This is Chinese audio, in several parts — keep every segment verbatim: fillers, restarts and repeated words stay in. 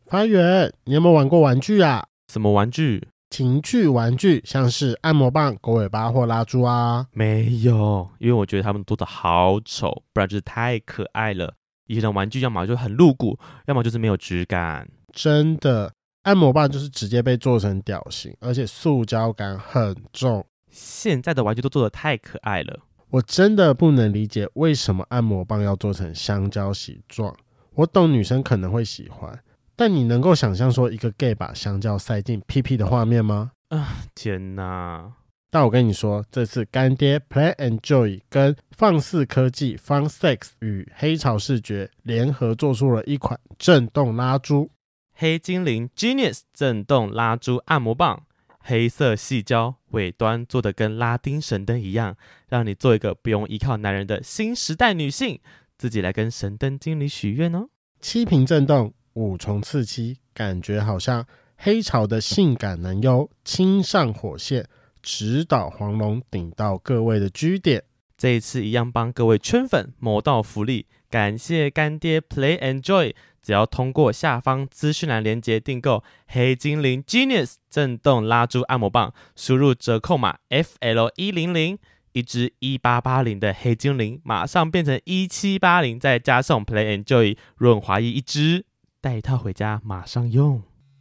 发源，你有没有玩过玩具啊？ 什么玩具？ 情趣玩具，像是按摩棒、狗尾巴或蜡烛啊。 没有，因为我觉得他们做的好丑，不然就是太可爱了。以前的玩具要么就很露骨，要么就是没有质感。 真的，按摩棒就是直接被做成屌型，而且塑胶感很重。 现在的玩具都做的太可爱了， 我真的不能理解为什么按摩棒要做成香蕉形状。我懂女生可能会喜欢，但你能够想象说一个 gay 把香蕉塞进屁屁的画面吗？ 啊，天哪！ 但我跟你说，这次干爹 Play and Joy 跟放肆科技 Fun Sex 与黑潮视觉联合做出了一款震动拉珠黑精灵 Genius 震动拉珠按摩棒，黑色细胶，尾端做的跟拉丁神灯一样，让你做一个不用依靠男人的新时代女性，自己来跟神灯经理许愿哦。 七频震动，五重刺激，感觉好像黑潮的性感男优亲上火线，直捣黄龙，顶到各位的居点。 这一次一样帮各位圈粉谋到福利，感谢干爹 Play and Joy， 只要通过下方资讯栏连结订购黑精灵 Genius 震动拉珠按摩棒，输入折扣码 F L 一零零， 一支一八八零的黑精灵马上变成一七八零，再加送 Play and Joy 润滑液一支，带一套回家马上用。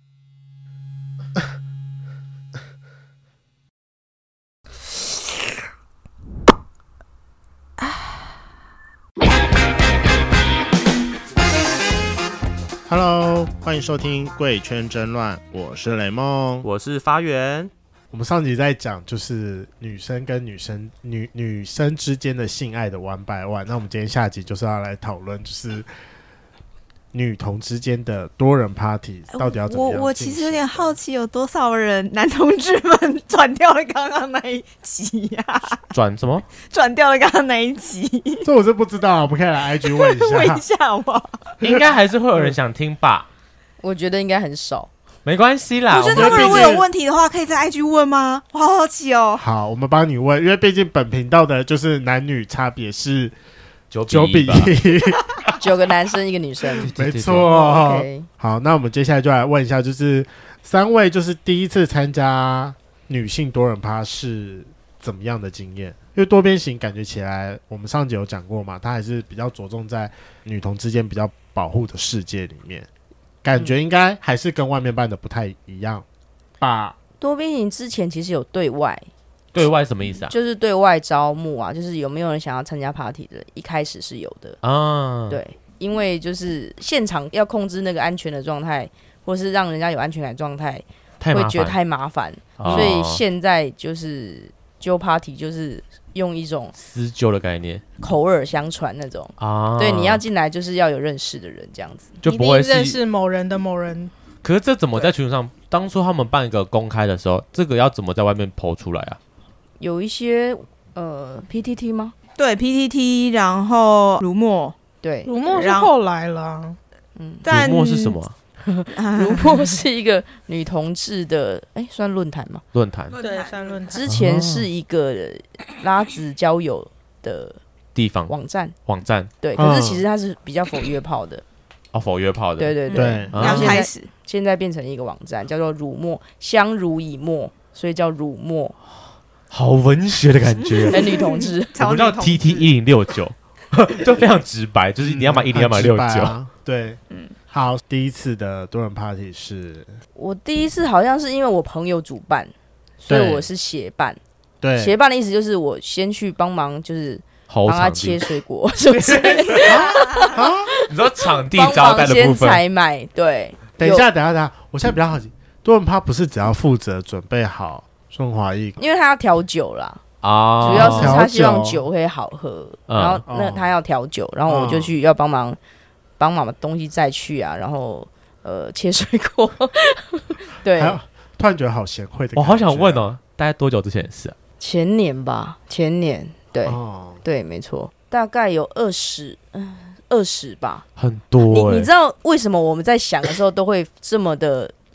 Hello， 欢迎收听贵圈争乱，我是雷梦， 我是发源。 我们上集在讲就是女生跟女生女女生之间的性爱的 one by one， 那我们今天下集就是要来讨论就是女同之间的多人 party 到底要怎么样。 我我其实有点好奇，有多少人男同志们转掉了刚刚那一集呀、啊？ 转什么？ 转掉了刚刚那一集？这我是不知道，我们可以来 I G 问一下。 问一下好不好？ 应该还是会有人想听吧？ 我觉得应该很少。 没关系啦， 我觉得他们如果有问题的话，可以在 I G 问吗？我好好奇哦。 好，我们帮你问，因为毕竟本频道的就是男女差别是九比一， 九个男生一个女生， 没错。 Okay. 好，那我们接下来就来问一下，就是三位就是第一次参加女性多人趴是怎么样的经验？因为多边形感觉起来，我们上集有讲过嘛，它还是比较着重在女同之间比较保护的世界里面。感觉应该还是跟外面办的不太一样吧。 多边形之前其实有对外， 对外什么意思啊？ 就是对外招募啊，就是有没有人想要参加 party 的，一开始是有的啊。对，因为就是现场要控制那个安全的状态，或是让人家有安全感状态，会觉得太麻烦，哦、所以现在就是揪 party 就是用一种私揪的概念， 口耳相传那种啊。对，你要进来就是要有认识的人，这样子就不会是认识某人的某人。 可是这怎么在群组上？当初他们办一个公开的时候，这个要怎么在外面 po 出来啊？ 有一些呃 P T T 吗？ 对 P T T， 然后如墨， 对， 如墨是后来了。 嗯， 如墨是什么？ 如墨是一个女同志的，哎、欸，算论坛吗？ 论坛， 对，算论坛。 之前是一个拉子交友的地方网站， 网站对，可是其实它是比较否约炮的， 哦，否约炮的， 对对对。 刚、嗯、开始， 现在变成一个网站，叫做乳墨，相濡以沫，所以叫乳墨， 好文学的感觉， 很女同志。 我们叫 T T 一零六九，就非常直白，就是你要买一零，要买六九， 对，嗯。好，第一次的多人 party 是我第一次，好像是因为我朋友主办，所以我是协办。 对， 协办的意思就是我先去帮忙，就是帮他切水果，是不是？ 啊、你说场地招待的部分， 先采买。对， 等一下，等一下，等一下，我现在比较好奇，多人趴不是只要负责准备好顺滑液， 因为他要调酒啦。 啊， 主要是他希望酒会好喝，嗯、然后那他要调酒，然后我就去要帮忙。帮忙把东西再去啊，然后呃切水果，对， 突然觉得好贤惠的感觉。 我好想问哦，大概多久之前的事啊？ 前年吧，前年，对，哦、对，没错，大概有二十，嗯，二十吧， 很多、欸。 你你知道为什么我们在想的时候都会这么的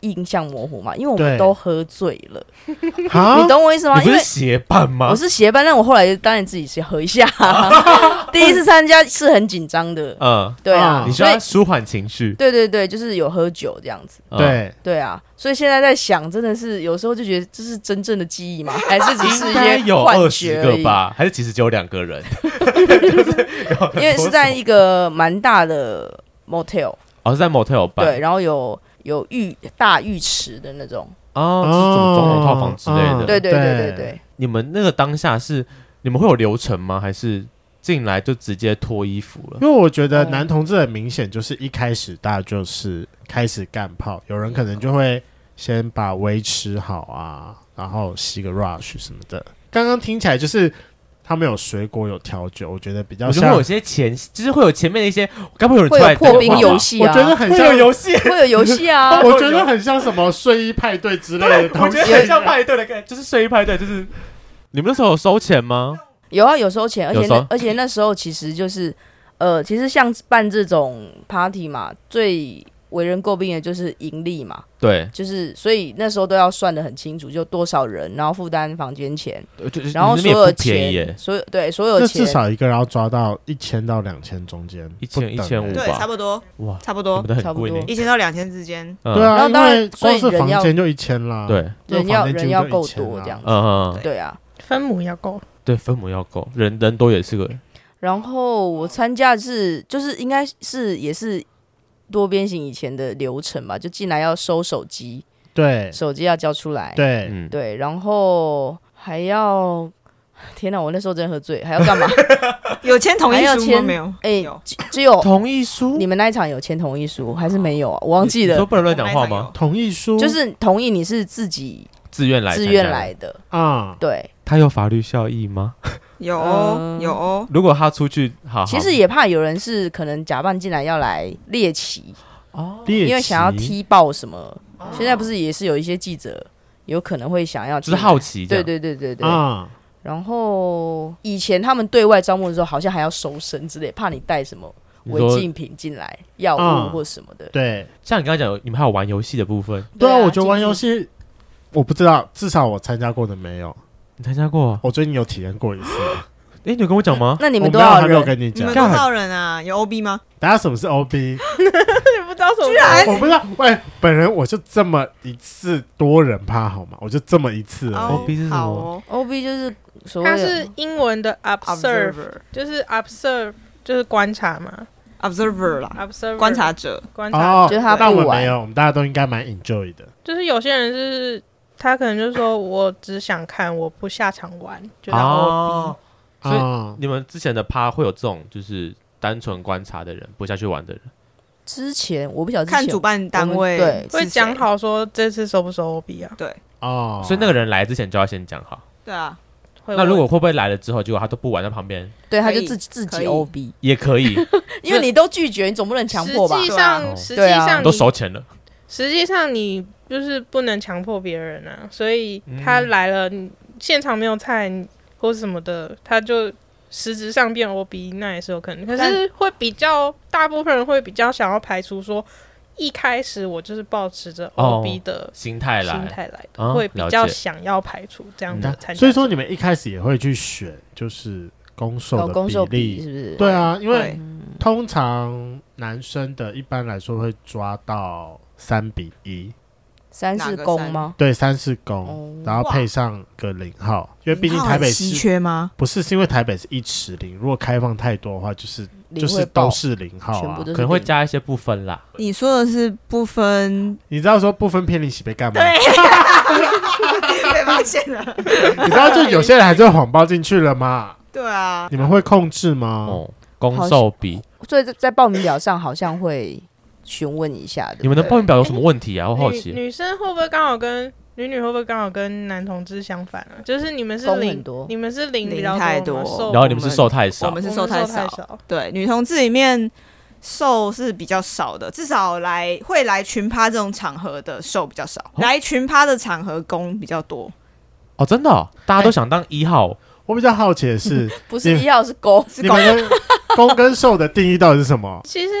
印象模糊嘛，因为我们都喝醉了， 你懂我意思吗？ 你不是协办吗？ 我是协办，但我后来当然自己先喝一下。第一次参加是很紧张的，嗯，对啊， 你需要舒缓情绪。 对对对，就是有喝酒这样子。 对对啊，所以现在在想，真的是有时候就觉得这是真正的记忆吗？还是只是一些有幻二十觉而已个吧？还是其实只有两个人？ 因为是在一个蛮大的 motel， 哦，是在 motel 办， 对，然后有有浴大浴池的那种， 哦，是什么总统套房之类的， 对对对对对。 你们那个当下是你们会有流程吗？还是进来就直接脱衣服了？ 因为我觉得男同志很明显就是一开始大家就是开始干炮，有人可能就会先把威吃好啊，然后吸个 rush 什么的。刚刚听起来就是他们有水果有调酒，我觉得比较像， 我觉得会有些前，就是会有前面的一些，该不会有人出来会有破冰游戏啊？ 我觉得很像会有游戏， 会有游戏啊。 我觉得很像什么睡衣派对之类的东西， 我觉得很像派对的感觉，就是睡衣派对，就是你们那时候有收钱吗？ 有啊，有收钱，而且那而且那时候其实就是，呃，其实像办这种 party 嘛，最为人诟病的就是盈利嘛， 对， 就是所以那时候都要算得很清楚，就多少人，然后负担房间钱， 然后所有钱，所有对所有钱， 至少一个人要抓到一千到两千中间， 一千一千五吧， 对，差不多， 哇， 差不多， 差不多， 一千到两千之间， 对啊，因为光是房间就一千啦， 对， 人要人要够多这样子，嗯对啊， 分母要够。 对，分母要够，人人多也是个人。 然后我参加的是，就是应该是也是多边形以前的流程吧，就进来要收手机， 对， 手机要交出来， 对、 嗯、 对，然后还要，天哪，我那时候真的喝醉，还要干嘛？ 有签同意书吗？没有， 哎、欸，只有同意书。 你们那一场有签同意书还是没有啊？我忘记了。 你说不能乱讲话吗？ 同意书就是同意你是自己自愿来自愿来的啊、嗯， 对。 他有法律效益吗？ 有哦，有哦。 如果他出去，好， 其实也怕有人是可能假扮进来要来猎奇哦， 因为想要踢爆什么。哦、现在不是也是有一些记者有可能会想要， 就是好奇， 对对对对对。 啊、嗯， 然后以前他们对外招募的时候，好像还要搜身之类，怕你带什么违禁品进来，药物或什么的。 嗯、对， 像你刚刚讲，你们还有玩游戏的部分。 对啊，我觉得玩游戏，我不知道，至少我参加过的没有。 你参加过？ 我最近有体验过一次。 哎、欸，你有跟我讲吗？ 那你们多少人？ 还没有跟你讲。 你们多少人啊？有 O B 吗？ 大家什么是 O B？ 你不知道什么？居然我不知道。喂，本人我就这么一次多人趴好吗？我就这么一次而已。 O B 是什么、 哦、 ？O B 就是所谓它是英文的 observe， 就是 observe 就是观察嘛 ，observer 啦 ，observer 观察者， 观察者。 哦、 就是他但我没有，我们大家都应该蛮 enjoy 的。 就是有些人是。他可能就是说，我只想看，我不下场玩，就叫 O B。所以你们之前的趴会有这种，就是单纯观察的人，不下去玩的人。 之前我不晓得， 看主办单位对会讲好说这次收不收 O B 啊？ 对哦， 所以那个人来之前就要先讲好。 对啊， 那如果会不会来了之后，结果他都不玩在旁边？ 对，他就自己自己 O B 也可以， 因为你都拒绝，你总不能强迫吧？ 实际上， 哦、 实际上你都收钱了。 实际上你就是不能强迫别人啊，所以他来了，你现场没有菜或什么的，他就实质上变 O B， 那也是有可能。可是会比较大部分人会比较想要排除说，一开始我就是抱持着 O B 的、 哦、心态来心态来的、哦，会比较想要排除这样的参加、嗯。 所以说你们一开始也会去选，就是攻受的比例， 是不是？ 对啊，因为通常男生的一般来说会抓到。三比一， 三是公吗？ 对，三是公、哦，然后配上个零号，因为毕竟台北是稀缺吗？ 不是，是因为台北是一池零，如果开放太多的话，就是就是都是零号啊， 可能会加一些不分啦。 你说的是不分？ 你知道说不分偏离洗被干嘛？ 对，被发现了。 你知道就有些人还是会谎报进去了吗？ 对啊， 你们会控制吗？ 哦，公受比， 所以在报名表上好像会。询问一下的， 你们的报名表有什么问题啊？我好奇， 女生会不会刚好跟女女会不会刚好跟男同志相反啊？就是你们是零，你们是零比较太多， 然后你们是受太少， 我们是受太少。对，女同志里面受是比较少的，至少来会来群趴这种场合的受比较少，哦、来群趴的场合攻比较多。 哦，真的、哦，大家都想当一号。欸、 我比较好奇的是， 不是一号是攻， 你们攻跟受的定义到底是什么？ 其实。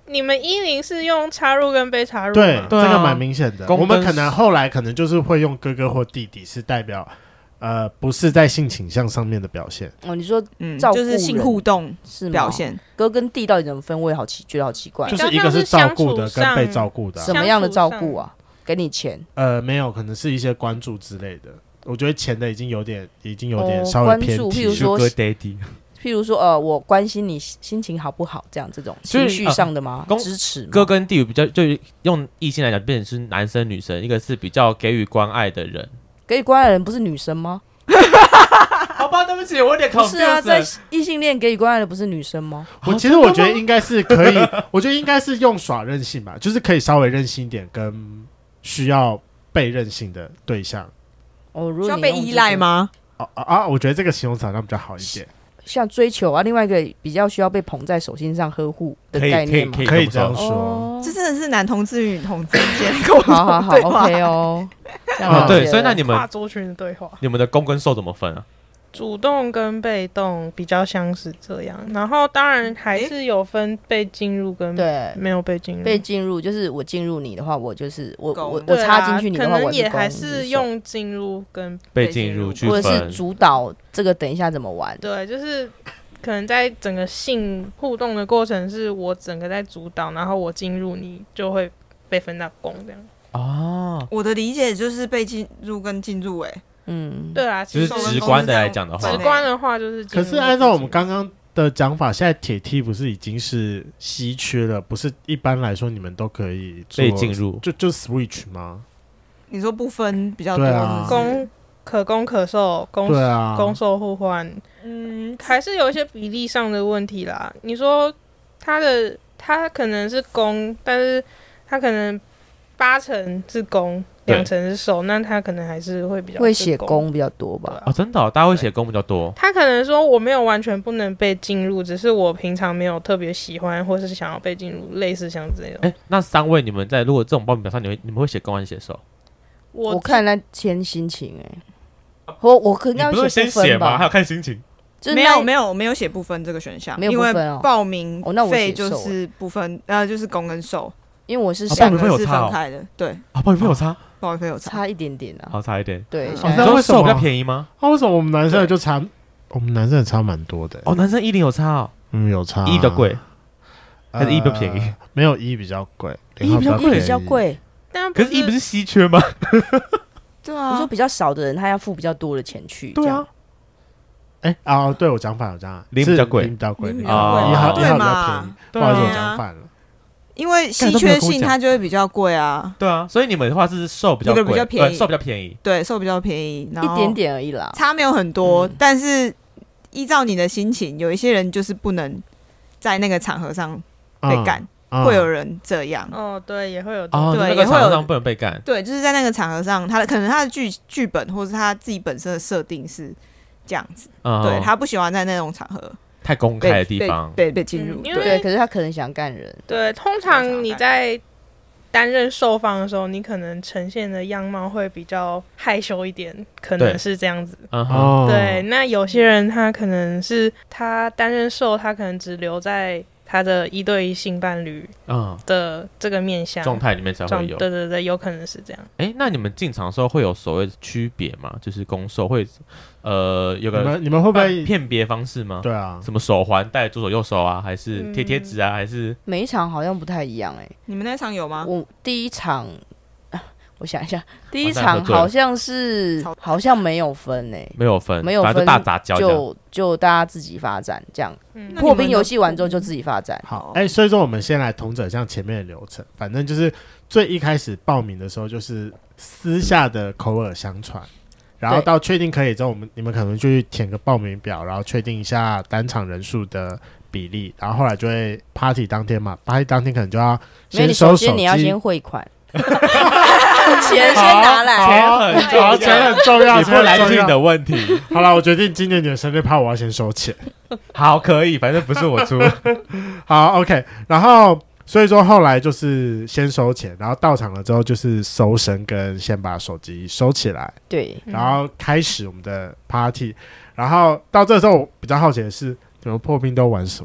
你们一零是用插入跟被插入吗？ 对， 对啊这个蛮明显的。我们可能后来可能就是会用哥哥或弟弟，是代表呃不是在性倾向上面的表现。 哦，你说嗯， 照顾就是性互动是表现。 哥跟弟到底怎么分？我也好奇，觉得好奇怪。 就是一个是照顾的跟被照顾的、啊， 什么样的照顾啊？给你钱？ 呃，没有，可能是一些关注之类的。我觉得钱的已经有点，已经有点哦、 稍微偏题。 譬如说 Sugar Daddy， 譬如说，呃，我关心你心情好不好，这样这种情绪上的吗？ 呃、 支持吗哥跟弟比较，就用异性来讲，变成是男生女生，一个是比较给予关爱的人， 给予关爱的人不是女生吗？ 好吧，对不起，我有点 confused。 不是啊，在异性恋给予关爱的不是女生吗？ 我其实我觉得应该是可以，我觉得应该是用耍任性吧，就是可以稍微任性一点，跟需要被任性的对象。 哦，如果需要被依赖吗？ 啊啊！我觉得这个形容词好像比较好一点。 像追求啊，另外一个比较需要被捧在手心上呵护的概念嘛， 可以这样说。 哦、 这真的是男同志与女同志之间的沟通好好好 ，OK 哦。 啊，对，所以那你们跨族群的对话， 你们的攻跟受怎么分啊？ 主动跟被动比较像是这样，然后当然还是有分被进入跟没有被进入。 被进入就是我进入你的话，我就是我我我插进去你的话， 可能也我还是用进入跟被进入去分， 或者是主导这个等一下怎么玩。 对，就是可能在整个性互动的过程，是我整个在主导，然后我进入你就会被分到攻这样。 哦， 我的理解就是被进入跟进入、欸，哎。 嗯， 对啊， 其实直观的来讲的话， 直观的话就是。 可是按照我们刚刚的讲法，现在铁梯不是已经是稀缺了？不是一般来说你们都可以被进入， 就就 switch 吗？ 你说不分比较多， 啊、 攻可攻可受，攻对啊， 攻受互换，嗯，还是有一些比例上的问题啦。你说他的他可能是攻，但是他可能八成是攻。两成是受，那他可能还是会比较会写攻比较多吧？ 啊，真的、哦，大家会写攻比较多。 他可能说我没有完全不能被进入，只是我平常没有特别喜欢，或是想要被进入，类似像这种。 哎、欸，那三位你们在如果这种报名表上，你们你们会写攻还是写受？ 我我看那签心情哎、欸，我我可能要写不分吧？还有看心情。 没有没有没有写不分这个选项， 没有不分哦。 因为报名费就是不分，呃，就是攻跟受。 因为我是报名费有差、 哦、 分开的，对啊，报名费有差， 报名费有差， 差一点点啊， 好差一点， 对。 哦、那为什么比较便宜吗？ 啊，为什么我们男生的就差？我们男生也差蛮多的、欸。 哦，男生一零有差哦， 嗯，有差、啊。 一比较贵，还是一比较便宜？ 呃、没有一比较贵， 一比较贵， 比较贵。 但可是一不是稀缺吗？ 对啊， 我说比较少的人，他要付比较多的钱去。 对啊。 哎啊，对我讲反了，我讲零比较贵， 零比较贵， 一号一号比较便宜。不好意思，我讲反了。 因为稀缺性它就会比较贵啊， 对啊，所以你们的话是受比较贵， 比较便宜， 受比较便宜， 对，受比较便宜， 一点点而已啦， 差没有很多，嗯、但是依照你的心情，有一些人就是不能在那个场合上被干，嗯、会有人这样。 哦，对，也会有， 哦， 对， 那个场合上不能被干， 对，就是在那个场合上，他的可能他的剧剧本或是他自己本身的设定是这样子，嗯、对他不喜欢在那种场合。 太公开的地方被 被, 被进入、 嗯， 对，可是他可能想干人。 对，通常你在担任受访的时候，你可能呈现的样貌会比较害羞一点，可能是这样子。 Uh-huh. 对，那有些人他可能是他担任受，他可能只留在他的一对一性伴侣的这个面向状态里面才会有。 对对对，有可能是这样。 哎、欸，那你们进场的时候会有所谓的区别吗？就是攻受会。呃，有个你们你们会不会辨别方式吗？ 对啊， 什么手环戴左手右手啊，还是贴贴纸啊，还是每一场好像不太一样哎、欸。 你们那场有吗？ 我第一场，我想一下，第一场好像是好像没有分哎、欸， 没有分， 没有分， 反正大杂交， 就就大家自己发展这样。嗯、破冰游戏完之后就自己发展。 好，哎、欸，所以说我们先来同者像前面的流程，反正就是最一开始报名的时候就是私下的口耳相传。然后到确定可以之后，我们你们可能就去填个报名表，然后确定一下单场人数的比例，然后后来就会 party 当天嘛 ，party 当天可能就要先收手机， 首先你要先汇款，钱先拿来， 好，好，钱很重要， 你不来劲的问题。 好了，我决定今年你的生日趴我要先收钱。 好，可以，反正不是我出。 好 ，OK， 然后。所以说后来就是先收钱，然后到场了之后就是搜身跟先把手机收起来， 对， 然后开始我们的 party，、嗯、然后到这时候我比较好奇的是，你们破冰都玩什么？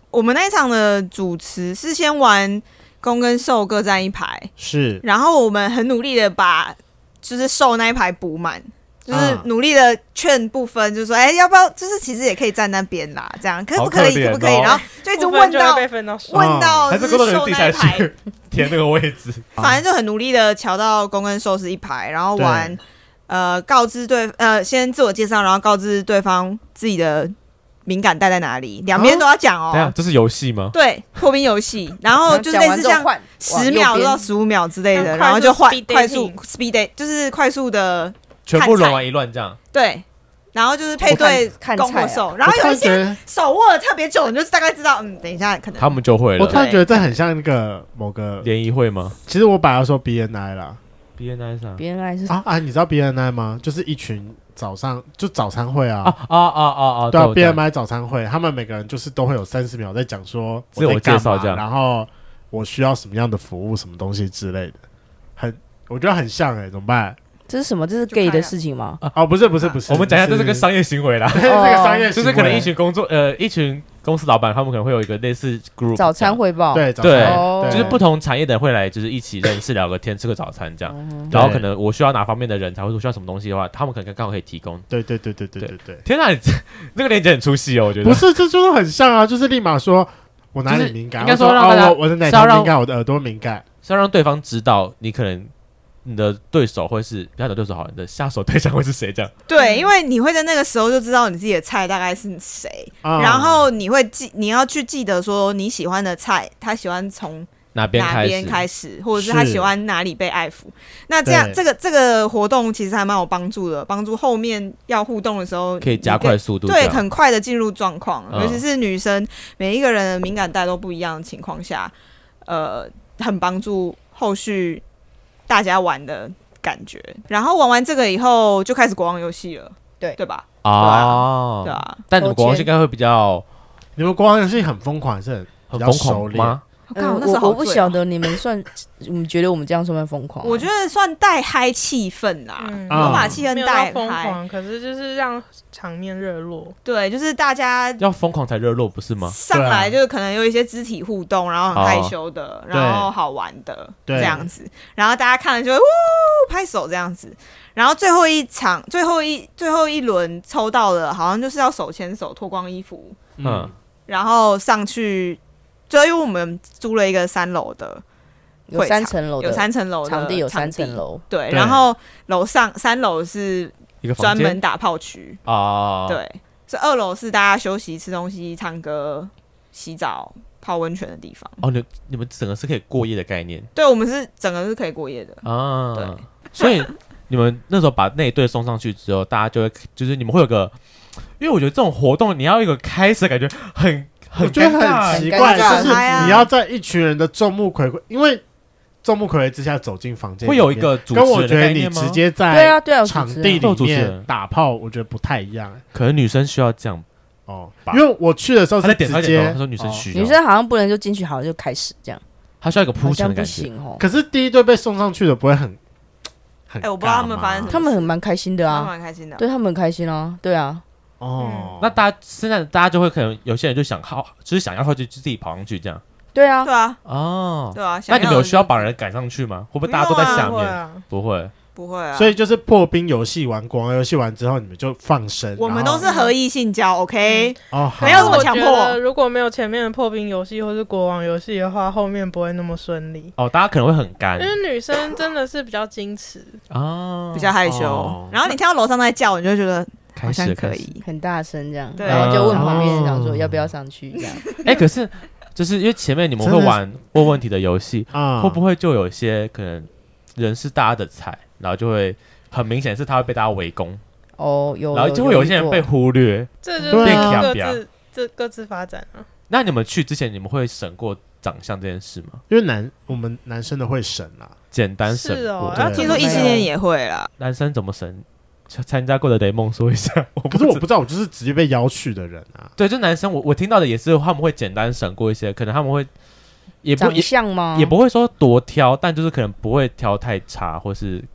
我们那一场的主持是先玩攻跟受各站一排， 是， 然后我们很努力的把就是受那一排补满。就是努力的劝不分，就是说，哎、欸，要不要？就是其实也可以站那边啦，这样可不可以？可不可以？然后就一直问到问到还是工作人员自己下去填那个位置， 反正就很努力的瞧到攻跟受是一排，然后玩呃告知对呃先自我介绍，然后告知对方自己的敏感带在哪里，两边都要讲哦。 对啊，这是游戏吗？ 对，破冰游戏，然后就是类似像十秒到十五秒之类的，然后就换快速 speed day， 就是快速的。 全部轮完一乱这样， 对，然后就是配对攻或受，啊、然后有一些手握的特别久，你就大概知道，嗯，等一下可能他们就会了。 我突然觉得这很像那个某个联谊会吗？ 其实我本来要说 B N I 啦 ，B N I 是啥 ？B N I 是啊啊，你知道 B N I 吗？就是一群早上就早餐会啊， 啊啊啊啊！ 对啊 ，B N I 早餐会，他们每个人就是都会有三十秒在讲说自我介绍这样， 然后我需要什么样的服务、什么东西之类的，很我觉得很像哎、欸，怎么办？ 这是什么？这是 gay 的事情吗？ 哦，不是不是不是， 我们讲一下，这是个商业行为啦。 这是个商业行为， 就是可能一群工作呃，一群公司老板，他们可能会有一个类似 group 早餐汇报， 对对，就是不同产业的人会来，就是一起认识、聊个天、吃个早餐这样。然后可能我需要哪方面的人才会说需要什么东西的话，他们可能刚好可以提供。 对对对对对对对。 天哪，那个连接很出戏哦，我觉得。 不是，这就是很像啊，就是立马说我哪里敏感， 应该说让大家我的奶头敏感，我的耳朵敏感， 是要让对方知道你可能。你的对手会是不要的对手好，你的下手对象会是谁？这样对，因为你会在那个时候就知道你自己的菜大概是谁，嗯、然后你会记，你要去记得说你喜欢的菜，他喜欢从哪边哪边开始，或者是他喜欢哪里被爱抚。那这样这个这个活动其实还蛮有帮助的，帮助后面要互动的时候可以加快速度， 对，很快的进入状况。 嗯、 尤其是女生，每一个人的敏感带都不一样的情况下，呃，很帮助后续大家玩的。感觉，然后玩完这个以后就开始国王游戏了，对对吧？ 哦， 对啊。 但你们国王游戏应该会比较， 你们国王游戏很疯狂，是很很疯狂吗？ 呃、我我不晓得你们算，你们觉得我们这样算不算疯狂、啊？ 我觉得算带嗨气氛啦，嗯、有把气氛带疯狂，可是就是让场面热络。 对，就是大家要疯狂才热络，不是吗？ 上来就是可能有一些肢体互动，然后很害羞的，哦、然后好玩的这样子，然后大家看了就会呜拍手这样子。然后最后一场，最后一最后一轮抽到了，好像就是要手牵手脱光衣服，嗯，然后上去。就因为我们租了一个三楼的有三层楼， 有三层楼的场地，有三层楼， 对。然后楼上三楼是专门打炮区啊，对。是二楼是大家休息、吃东西、唱歌、洗澡、泡温泉的地方。 哦，你你们整个是可以过夜的概念？ 对，我们是整个是可以过夜的啊。对， 所以你们那时候把那一队送上去之后，大家就会就是你们会有个，因为我觉得这种活动你要有一个开始的感觉很。 我觉得很奇怪，就是你要在一群人的众目睽睽，因为众目睽睽之下走进房间， 会有一个主持人的概念吗？跟我觉得你直接在场地里面打炮，我觉得不太一样。 可能女生需要这样哦，因为我去的时候是直接他说女生需要， 女生好像不能就进去，好像就开始这样， 她需要一个铺陈的感觉。 可是第一队被送上去的不会很很？ 哎，我不知道他们发生， 他们很蛮开心的啊， 蛮开心的， 对他们很开心啊，对啊。 哦、 嗯，那大家现在大家就会可能有些人就想好，就是想要的话就自己跑上去这样。 对啊， 对啊， 哦， 对啊。 那你们有需要把人赶上去吗？会不会大家都在下面？ 啊、 不会， 不会啊。 所以就是破冰游戏完、国王游戏完之后，你们就放生。 我们都是合意性交 ，OK？、 嗯、哦， 没有这么强迫。 如果没有前面的破冰游戏或是国王游戏的话，后面不会那么顺利。 哦，大家可能会很干， 因为女生真的是比较矜持啊， 比较害羞。哦、然后你听到楼上在叫，你就会觉得。好像可以很大声这样， 对， 然后就问旁边人讲说要不要上去这样。 哎、欸，可是就是因为前面你们会玩问问题的游戏，会不会就有一些可能人是大家的菜，然后就会很明显是他会被大家围攻哦，有， 然后就会有一些人被忽略， 这就是各自这各自发展啊。 那你们去之前，你们会审过长相这件事吗？ 因为男我们男生的会审啦， 简单审过。 哦，然后听说异性恋也会啦， 男生怎么审？参加过的雷梦说一下， 可是我不知道，我就是直接被邀去的人啊。 对，就男生，我我听到的也是他们会简单审过一些，可能他们会也不长相吗？ 也不会说多挑，但就是可能不会挑太差，或是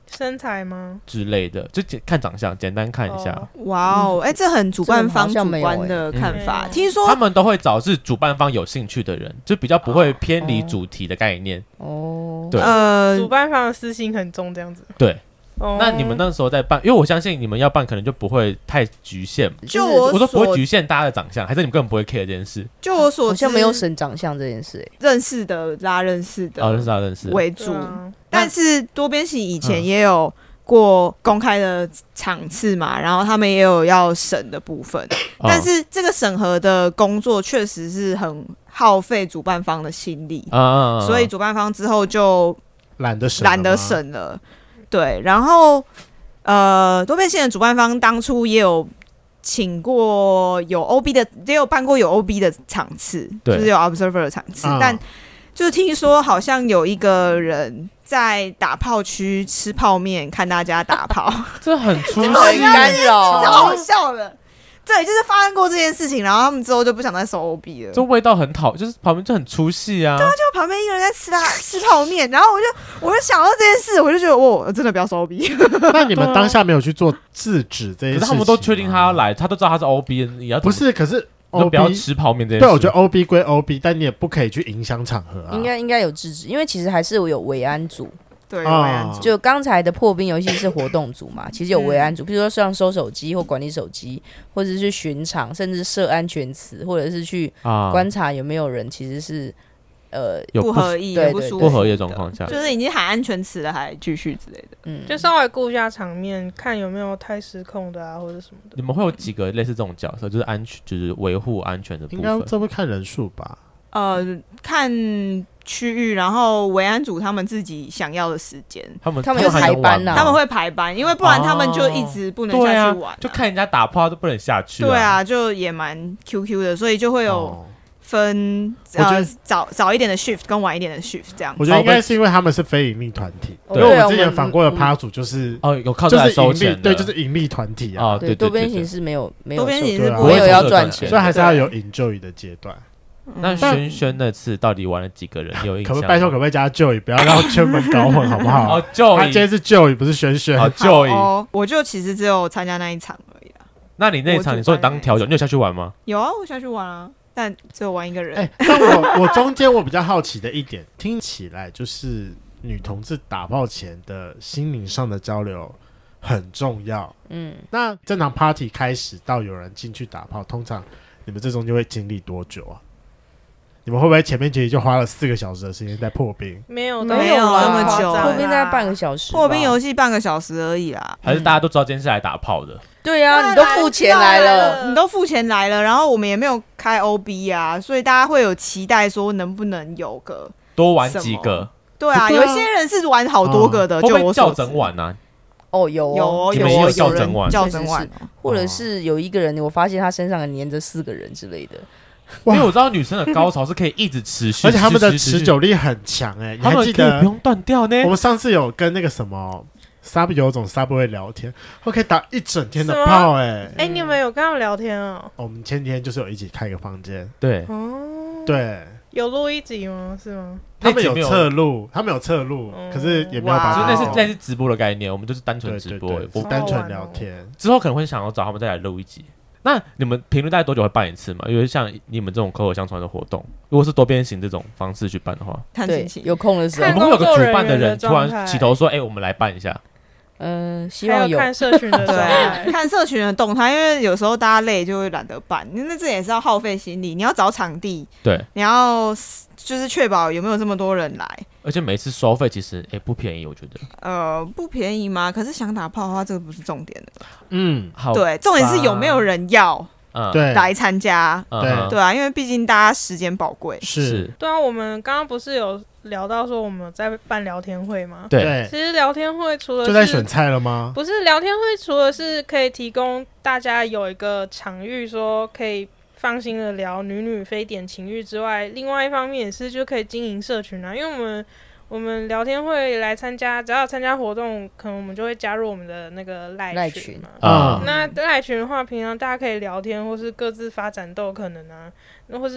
身材吗之类的，就看长相，简单看一下。 哇哦，哎，这很主办方主观的看法。听说他们都会找是主办方有兴趣的人，就比较不会偏离主题的概念。哦，对， 呃，主办方的私心很重，这样子。 对。Oh. 那你们那时候在办，因为我相信你们要办可能就不会太局限， 就我我说不会局限大家的长相，还是你们根本不会 care 这件事？ 就我所知， 好像没有审长相这件事、欸， 认识的拉认识的， 哦，认识拉认识为主、啊。但是多边形以前也有过公开的场次嘛，然后他们也有要审的部分，哦、但是这个审核的工作确实是很耗费主办方的心力，啊、所以主办方之后就懒得审懒得审了。对，然后呃，多边形的主办方当初也有请过有 O B 的，也有办过有 O B 的场次，就是有 observer 的场次，嗯、但就是听说好像有一个人在打炮区吃泡面，看大家打炮， 这很出戏， 很干扰， 超好笑的。对，就是发生过这件事情，然后他们之后就不想再收 O B 了。 这味道很讨，就是旁边就很出戏啊。 对啊，就旁边一个人在吃他吃泡面，然后我就我就想到这件事，我就觉得我真的不要收 O B。 那你们当下没有去做制止这件事情？可是他们都确定他要来，他都知道他是 O B， 你要不是？可是 O B 不要吃泡面这件事。 对，我觉得 O B 归 O B， 但你也不可以去影响场合啊。 应该应该有制止，因为其实还是有维安组。 对，哦、 就刚才的破冰游戏是活动组嘛，其实有维安组，比如说像收手机或管理手机，或者是去巡场，甚至设安全词，或者是去观察有没有人其实是呃有不合意、 对不舒服不合意的状况下， 就是已经喊安全词了还继续之类的， 嗯，就稍微顾一下场面，看有没有太失控的啊或者什么的。 你们会有几个类似这种角色，就是安全，就是维护安全的部分？ 应该这会看人数吧？ 呃，看区域，然后维安组他们自己想要的时间， 他们他们有排班呐、啊， 他们会排班，因为不然他们就一直不能下去玩、啊啊，就看人家打炮都不能下去、啊。 对啊，就也蛮 Q Q 的，所以就会有分、哦、呃早早一点的 shift 跟晚一点的 shift 这样子。 我觉得应该是因为他们是非盈利团体， 哦、 因为我们之前访过的趴组就是哦有靠这来收钱的， 对，就是盈利团体啊。 哦，对对对对， 多边形是没有没有多边形是没有要赚钱， 所以还是要有 enjoy 的阶段。 那轩轩那次到底玩了几个人？有印象？ 可不可以拜托，可不可以加 Joey， 不要让圈粉搞混，好不好？ 哦 ，Joey， 他今天是 Joey， 不是轩轩。 哦 ，Joey， 哦，我就其实只有参加那一场而已啊。 那你那一场，你说你当调酒，你有下去玩吗？ 有啊，我下去玩啊，但只有玩一个人。 哎、欸，但我我中间我比较好奇的一点，听起来就是女同志打炮前的心灵上的交流很重要。嗯，那正常 party 开始到有人进去打炮，通常你们这中间会经历多久啊？你们会不会前面其实就花了四个小时的时间在破冰？ 没有， 没有这么久， 破冰大概半个小时。 破冰游戏半个小时而已啦。 还是大家都知道今天是来打炮的？ 对啊，你都付钱来了， 你都付钱来了，然后我们也没有开 O B 啊，所以大家会有期待说能不能有个多玩几个？ 对啊，有一些人是玩好多个的，就我叫整晚啊。 哦，有有有有叫整晚， 叫整晚， 或者是有一个人，我发现他身上粘着四个人之类的。 因为我知道女生的高潮是可以一直持续， 而且他们的持久力很强哎、欸， 他们可以不用断掉呢。 我们上次有跟那个什么 Sub 有种 Sub 会聊天，我可以打一整天的炮哎、欸。 哎、欸，你们有跟他们聊天哦？ 我们前天就是有一起开一个房间， 对， 哦， 对， 有录一集吗？是吗？ 他们有侧录，他们有侧录，嗯、可是也没有把它， 就是那是类似直播的概念，我们就是单纯直播， 我单纯聊天。 之后可能会想要找他们再来录一集。那你们频率大概多久会办一次嘛？因为像你们这种口口相传的活动，如果是多边形这种方式去办的话， 看心情， 有空的时候， 我们会有个主办的人突然起头说：“哎、欸，我们来办一下。” 嗯，希望有看社群的对，看社群的动态，因为有时候大家累就会懒得办，那这也是要耗费心力。你要找场地， 对， 你要就是确保有没有这么多人来， 而且每次收费其实哎、欸、不便宜，我觉得。 呃，不便宜吗？可是想打炮的话，这个不是重点的。 嗯， 好， 对，重点是有没有人要。 嗯， 对， 来参加， 对对啊，因为毕竟大家时间宝贵。 是， 对啊，我们刚刚不是有聊到说我们在办聊天会吗？ 对， 其实聊天会除了是就在选菜了吗？ 不是，聊天会除了是可以提供大家有一个场域，说可以放心的聊女女非典情欲之外，另外一方面也是就可以经营社群啊，因为我们。我们聊天会来参加，只要参加活动，可能我们就会加入我们的那个赖群嘛。 啊、 嗯，那赖群的话，平常大家可以聊天，或是各自发展都有可能啊。那或是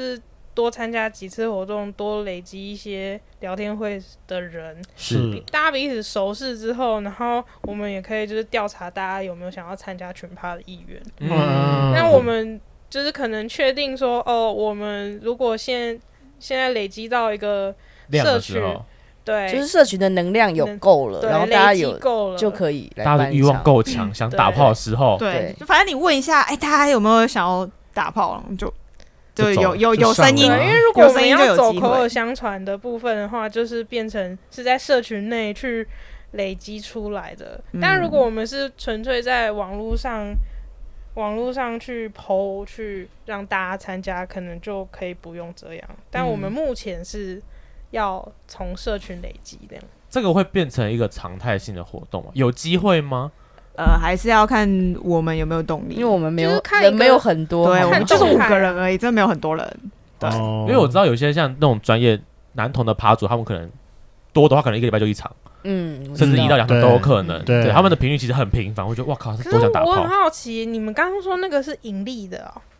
多参加几次活动，多累积一些聊天会的人， 是大家彼此熟识之后，然后我们也可以就是调查大家有没有想要参加群趴的意愿。嗯，那我们就是可能确定说，哦，我们如果现现在累积到一个社群，对， 就是社群的能量有够了，然后大家有够了就可以来大家的欲望够强，想打炮的时候， 对，就反正你问一下，哎，大家有没有想要打炮，就就有有有声音， 因为如果我们要走口耳相传的部分的话，就是变成是在社群内去累积出来的。嗯、但如果我们是纯粹在网络上。网络上去 P O 去让大家参加，可能就可以不用这样。但我们目前是要从社群累积这样。 这个会变成一个常态性的活动吗？有机会吗？ 呃，还是要看我们有没有动力， 因为我们没有人没有很多， 对，我们就是五个人而已，真的没有很多人。 对，哦、因为我知道有些像那种专业男同的趴主，他们可能多的话，可能一个礼拜就一场。嗯，甚至一到两场都有可能。对，对他们的频率其实很频繁，我觉得哇靠，多想打炮。 我很好奇，你们刚刚说那个是盈利的哦？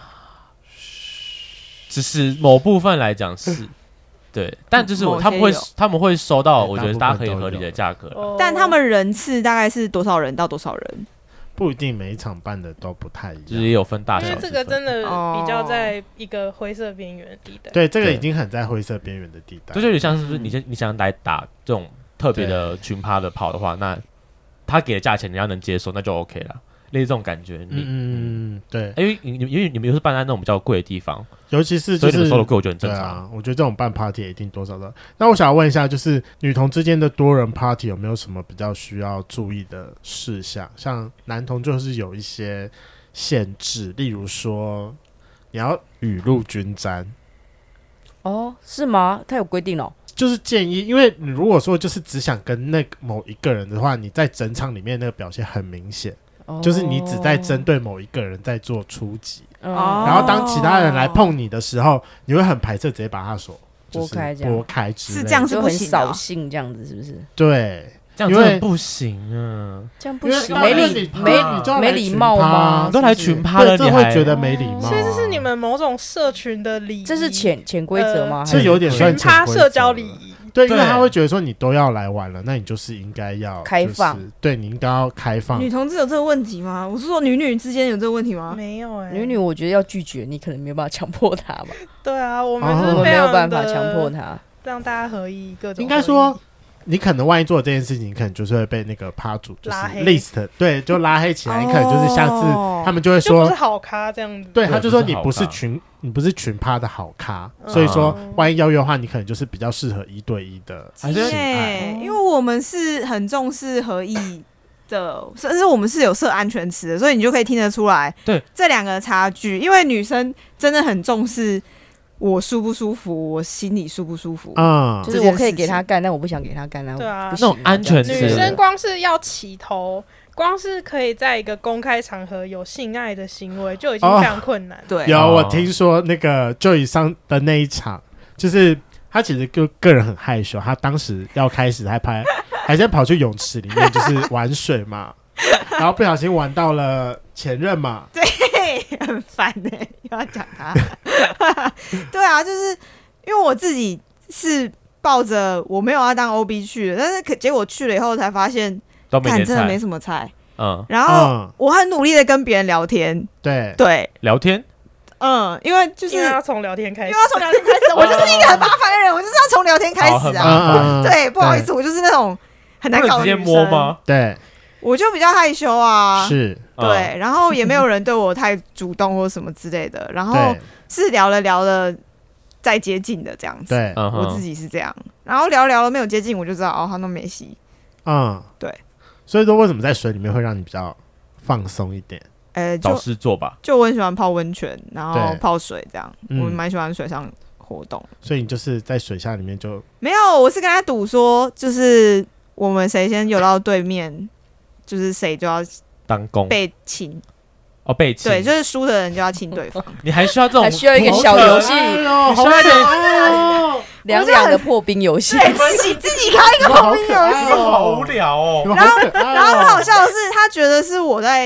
只是某部分来讲是，对，但就是他们会他们会收到，我觉得大家可以合理的价格。 但他们人次大概是多少人到多少人？ 不一定每一场办的都不太一样， 就是也有分大小。 因为这个真的比较在一个灰色边缘地带。 对，这个已经很在灰色边缘的地带。 就有点像是不是你先你想来打这种特别的群趴的炮的话，那他给的价钱你要能接受，那就 OK 了。类似这种感觉， 嗯，对， 因为你因为你们又是办在那种比较贵的地方， 尤其是、就是、 所以你们收的贵，我觉得很正常。 啊、我觉得这种办 party 也一定多少的。那我想问一下，就是女同之间的多人 party 有没有什么比较需要注意的事项？像男同就是有一些限制，例如说你要雨露均沾。 哦，是吗？他有规定哦。 就是建议，因为你如果说就是只想跟那某一个人的话，你在整场里面那个表现很明显。Oh. 就是你只在针对某一个人在做出击， oh. 然后当其他人来碰你的时候，你会很排斥，直接把他手拨开，拨开之类的， 是这样是不行的， 很扫兴这样子是不是？ 对， 这样真的不行啊， 这样不行，没礼没没礼貌吗？ 都来群趴了， 你会觉得没礼貌、啊， 所以这是你们某种社群的礼仪， 这是潜潜规则吗？ 这、呃、有点算群趴社交礼仪。 对，因为他会觉得说你都要来玩了，那你就是应该要、就是、 开放， 对你应该要开放。 女同志有这个问题吗？我是说女女之间有这个问题吗？ 没有哎、欸， 女女我觉得要拒绝，你可能没有办法强迫她吧。 对啊，我们是我们没有办法强迫她， 让大家合意各种合意。 应该说，你可能万一做这件事情，你可能就是会被那个趴主就是 list， 对，就拉黑起来。你可能就是下次他们就会说就不是好咖这样子。 对，他就说你不是群，你不是群趴的好咖，嗯、所以说万一邀约的话，你可能就是比较适合一对一的情爱。 因为我们是很重视合意的，甚至我们是有设安全词的，所以你就可以听得出来， 对这两个差距。因为女生真的很重视。我舒不舒服，我心里舒不舒服啊、嗯？就是我可以给他干，但我不想给他干啊。 对啊， 那种安全词， 女生光是要起头，光是可以在一个公开场合有性爱的行为，就已经非常困难。哦、 对， 有我听说那个Joey上的那一场，就是他其实个个人很害羞，他当时要开始还拍，还先跑去泳池里面就是玩水嘛，然后不小心玩到了前任嘛。 对。很烦哎、欸，又要讲他。对啊，就是因为我自己是抱着我没有要当 O B 去的，但是可结果去了以后才发现，看真的没什么菜。嗯，然后我很努力的跟别人聊天。 对对， 聊天。 嗯，因为就是因为要从聊天开始， 因为要从聊天开始，我就是一个很麻烦的人，我就是要从聊天开始啊。对，不好意思，我就是那种很难搞的女生。 直接摸吗？ 对。 我就比较害羞啊， 是， 对，然后也没有人对我太主动或什么之类的，然后是聊了聊了再接近的这样子， 对， 我自己是这样，然后聊聊了没有接近，我就知道哦，他都没戏，嗯，对， 所以说为什么在水里面会让你比较放松一点？ 呃， 找事做吧， 就我很喜欢泡温泉，然后泡水这样，我蛮喜欢水上活动， 所以你就是在水下里面就没有，我是跟他赌说，就是我们谁先游到对面。就是谁就要当攻被亲哦，被亲对，就是输的人就要亲对方。 你还需要这种， 还需要一个小游戏， 你需要一点凉凉的破冰游戏， 自己自己开一个破冰游戏， 好无聊哦。 然后然后很好笑的是，他觉得是我在